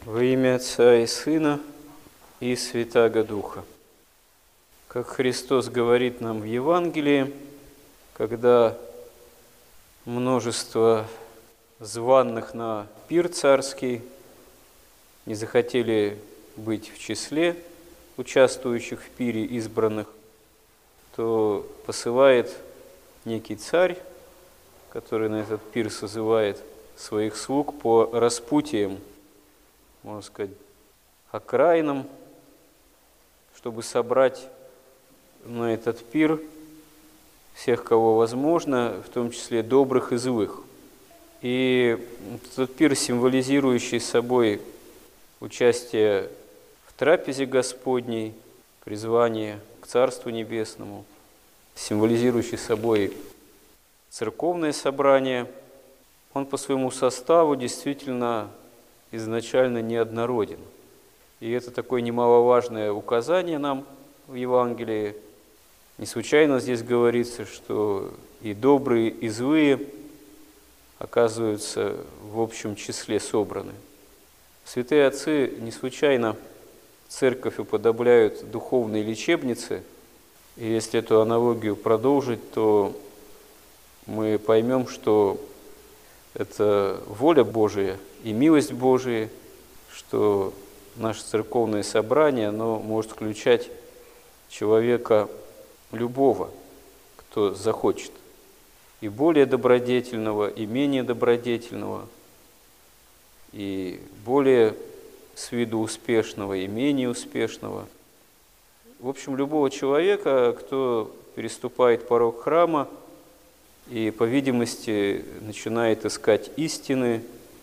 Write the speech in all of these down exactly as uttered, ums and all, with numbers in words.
Во имя Отца и Сына и Святаго Духа. Как Христос говорит нам в Евангелии, когда множество званых на пир царский не захотели быть в числе участвующих в пире избранных, то посылает некий царь, который на этот пир созывает своих слуг по распутиям, можно сказать, окраинам, чтобы собрать на этот пир всех, кого возможно, в том числе добрых и злых. И этот пир, символизирующий собой участие в трапезе Господней, призвание к Царству Небесному, символизирующий собой церковное собрание, он по своему составу действительно изначально неоднороден. И это такое немаловажное указание нам в Евангелии. Не случайно здесь говорится, что и добрые, и злые оказываются в общем числе собраны. Святые отцы не случайно церковь уподобляют духовной лечебнице. И если эту аналогию продолжить, то мы поймем, что это воля Божия и милость Божия, что наше церковное собрание, оно может включать человека любого, кто захочет, и более добродетельного, и менее добродетельного, и более с виду успешного, и менее успешного. В общем, любого человека, кто переступает порог храма и, по видимости, начинает искать истины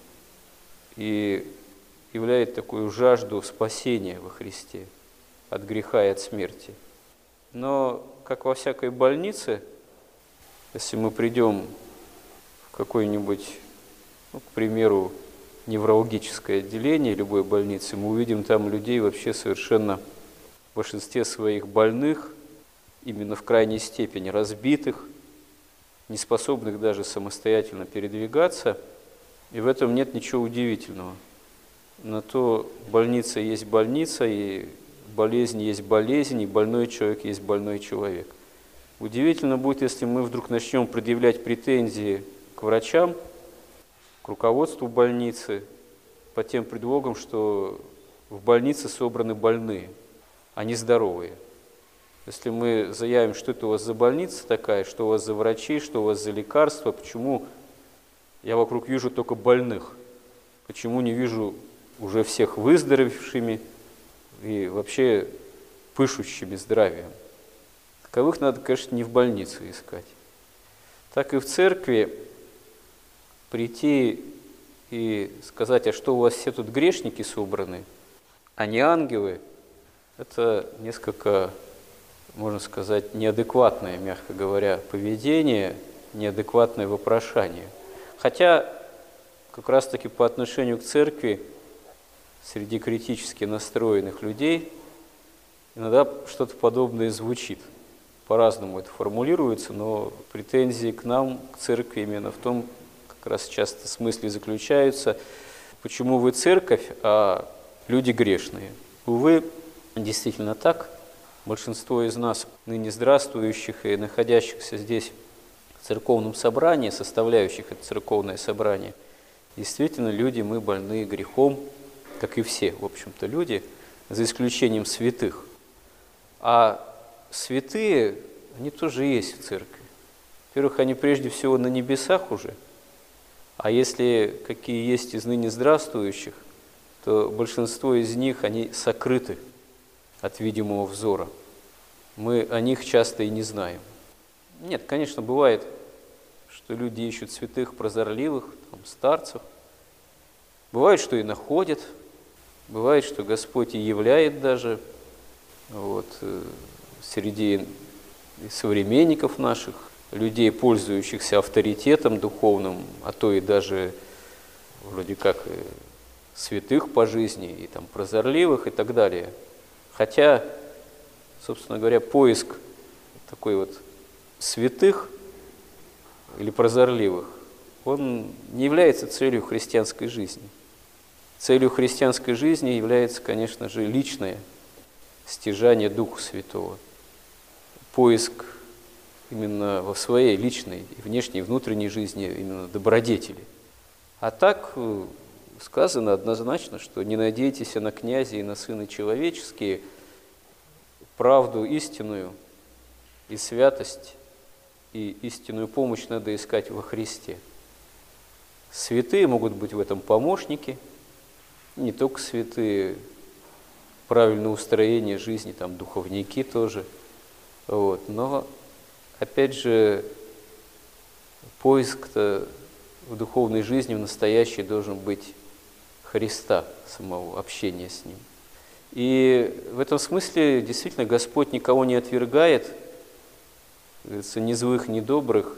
и являет такую жажду спасения во Христе от греха и от смерти. Но, как во всякой больнице, если мы придем в какое-нибудь, ну, к примеру, неврологическое отделение любой больницы, мы увидим там людей вообще совершенно в большинстве своих больных, именно в крайней степени разбитых, неспособных даже самостоятельно передвигаться, и в этом нет ничего удивительного. На то больница есть больница, и болезнь есть болезнь, и больной человек есть больной человек. Удивительно будет, если мы вдруг начнем предъявлять претензии к врачам, к руководству больницы, под тем предлогом, что в больнице собраны больные, а не здоровые. Если мы заявим, что это у вас за больница такая, что у вас за врачи, что у вас за лекарства, почему я вокруг вижу только больных, почему не вижу уже всех выздоровевшими и вообще пышущими здравием. Таковых надо, конечно, не в больнице искать. Так и в церкви прийти и сказать, а что у вас все тут грешники собраны, а не ангелы, это несколько, можно сказать, неадекватное, мягко говоря, поведение, неадекватное вопрошание. Хотя как раз-таки по отношению к церкви среди критически настроенных людей иногда что-то подобное звучит. По-разному это формулируется, но претензии к нам, к церкви именно в том, как раз часто смысле заключаются, почему вы церковь, а люди грешные. Увы, действительно так. Большинство из нас, ныне здравствующих и находящихся здесь в церковном собрании, составляющих это церковное собрание, действительно люди, мы больны грехом, как и все, в общем-то, люди, за исключением святых. А святые, они тоже есть в церкви. Во-первых, они прежде всего на небесах уже, а если какие есть из ныне здравствующих, то большинство из них, они сокрыты от видимого взора. Мы о них часто и не знаем. Нет, конечно, бывает, что люди ищут святых, прозорливых, там, старцев. Бывает, что и находят. Бывает, что Господь и являет даже вот, среди современников наших, людей, пользующихся авторитетом духовным, а то и даже вроде как святых по жизни, и там прозорливых и так далее. Хотя, собственно говоря, поиск такой вот святых или прозорливых, он не является целью христианской жизни. Целью христианской жизни является, конечно же, личное стяжание Духа Святого, поиск именно во своей личной и внешней, и внутренней жизни именно добродетели. А так сказано однозначно, что не надейтесь на князя и на сына человеческие, правду истинную и святость, и истинную помощь надо искать во Христе. Святые могут быть в этом помощники, не только святые, правильное устроение жизни, там духовники тоже. Вот. Но, опять же, поиск-то в духовной жизни, в настоящей, должен быть Христа самого, общения с Ним. И в этом смысле действительно Господь никого не отвергает, говорится, ни злых, ни добрых.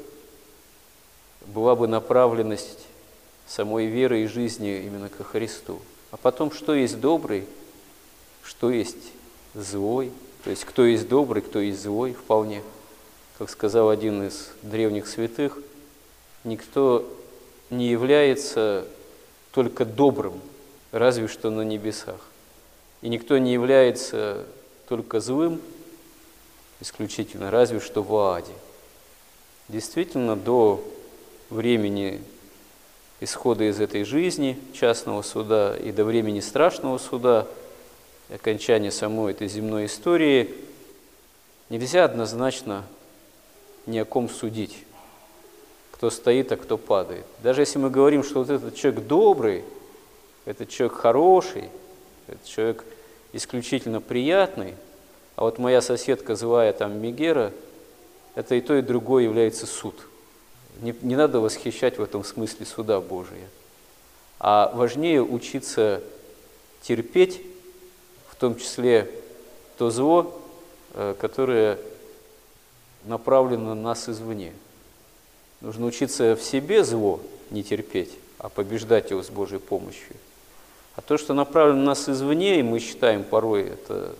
Была бы направленность самой веры и жизни именно ко Христу. А потом, что есть добрый, что есть злой, то есть кто есть добрый, кто есть злой, вполне. Как сказал один из древних святых, никто не является только добрым, разве что на небесах. И никто не является только злым, исключительно, разве что в Ааде. Действительно, до времени исхода из этой жизни, частного суда, и до времени страшного суда, и окончания самой этой земной истории, нельзя однозначно ни о ком судить, кто стоит, а кто падает. Даже если мы говорим, что вот этот человек добрый, этот человек хороший, этот человек исключительно приятный, а вот моя соседка злая там Мегера, это и то, и другое является суд. Не, не надо восхищать в этом смысле суда Божия. А важнее учиться терпеть, в том числе то зло, которое направлено на нас извне. Нужно учиться в себе зло не терпеть, а побеждать его с Божьей помощью. А то, что направлено на нас извне, и мы считаем порой это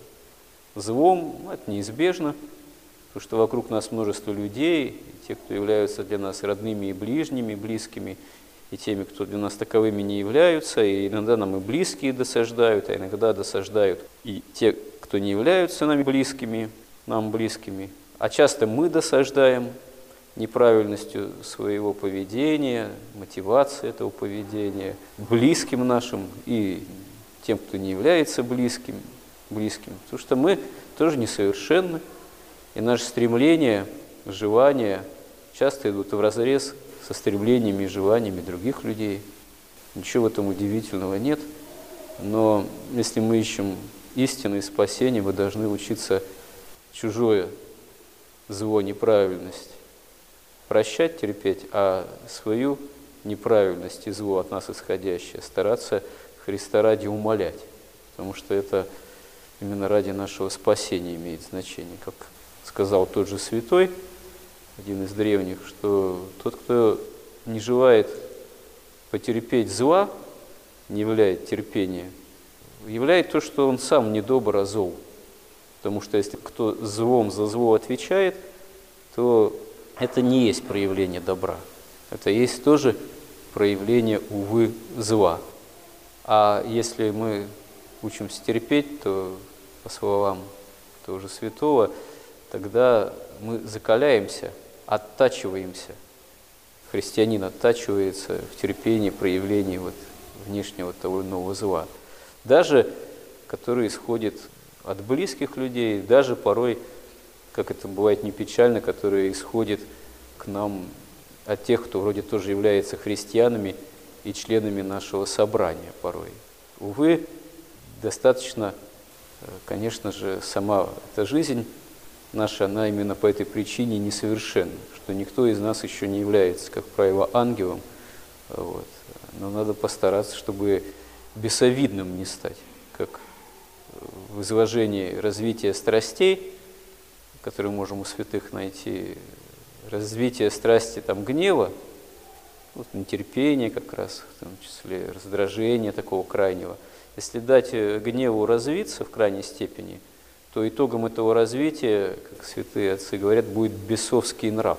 злом, это неизбежно, потому что вокруг нас множество людей, и те, кто являются для нас родными и ближними, близкими, и теми, кто для нас таковыми не являются, и иногда нам и близкие досаждают, а иногда досаждают и те, кто не являются нами близкими, нам близкими, а часто мы досаждаем неправильностью своего поведения, мотивации этого поведения близким нашим и тем, кто не является близким, близким. Потому что мы тоже несовершенны, и наши стремления, желания часто идут вразрез со стремлениями и желаниями других людей. Ничего в этом удивительного нет, но если мы ищем истины и спасения, мы должны учиться чужое зло, неправильность прощать, терпеть, а свою неправильность и зло от нас исходящее стараться Христа ради умолять, потому что это именно ради нашего спасения имеет значение. Как сказал тот же святой, один из древних, что тот, кто не желает потерпеть зла, не являет терпения, являет то, что он сам недобр, а зол. Потому что если кто злом за зло отвечает, то это не есть проявление добра. Это есть тоже проявление, увы, зла. А если мы учимся терпеть, то, по словам того же святого, тогда мы закаляемся, оттачиваемся. Христианин оттачивается в терпении, проявлении вот внешнего того или иного зла. Даже который исходит от близких людей, даже порой, как это бывает не печально, которые исходят к нам от тех, кто вроде тоже является христианами и членами нашего собрания порой. Увы, достаточно, конечно же, сама эта жизнь наша, она именно по этой причине несовершенна, что никто из нас еще не является, как правило, ангелом. Вот. Но надо постараться, чтобы бесовидным не стать, как в изложении развития страстей, которые можем у святых найти, развитие страсти там, гнева, вот, нетерпение как раз, в том числе раздражение такого крайнего. Если дать гневу развиться в крайней степени, то итогом этого развития, как святые отцы говорят, будет бесовский нрав.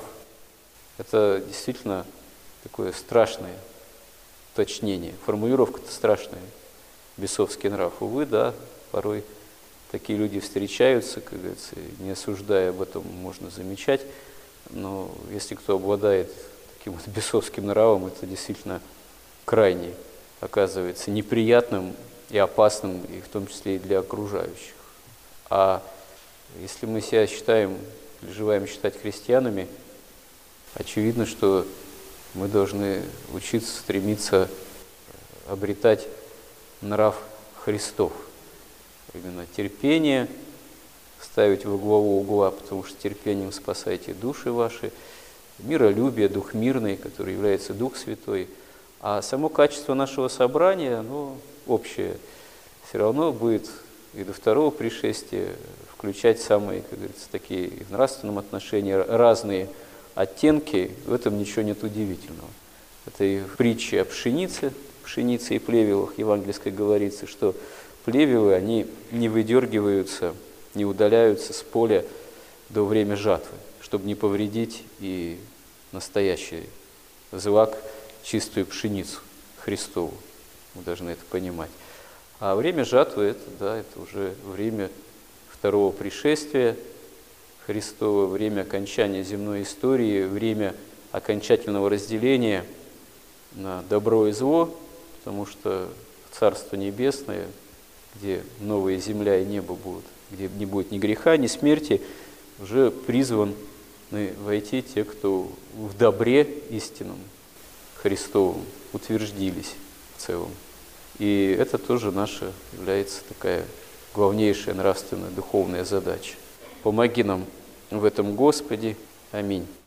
Это действительно такое страшное уточнение, формулировка-то страшная. бесовский нрав. Увы, да, порой такие люди встречаются, как говорится, не осуждая об этом, можно замечать. Но если кто обладает таким вот бесовским нравом, это действительно крайне оказывается неприятным и опасным, и в том числе и для окружающих. А если мы себя считаем, или желаем считать христианами, очевидно, что мы должны учиться, стремиться обретать нрав Христов. Именно терпение ставить во главу угла, потому что терпением спасайте души ваши, миролюбие, дух мирный, который является Дух Святой. А само качество нашего собрания, оно общее, все равно будет и до второго пришествия включать самые, как говорится, такие и в нравственном отношении разные оттенки. В этом ничего нет удивительного. Это и в притче о пшенице, пшенице и плевелах евангельской говорится, что плевелы, они не выдергиваются, не удаляются с поля до времени жатвы, чтобы не повредить и настоящий злак, чистую пшеницу Христову. Мы должны это понимать. А время жатвы, это, да, это уже время второго пришествия Христова, время окончания земной истории, время окончательного разделения на добро и зло, потому что Царство Небесное, где новая земля и небо будут, где не будет ни греха, ни смерти, уже призваны войти те, кто в добре истинном Христовом утвердились в целом. И это тоже наша является такая главнейшая нравственная духовная задача. Помоги нам в этом, Господи. Аминь.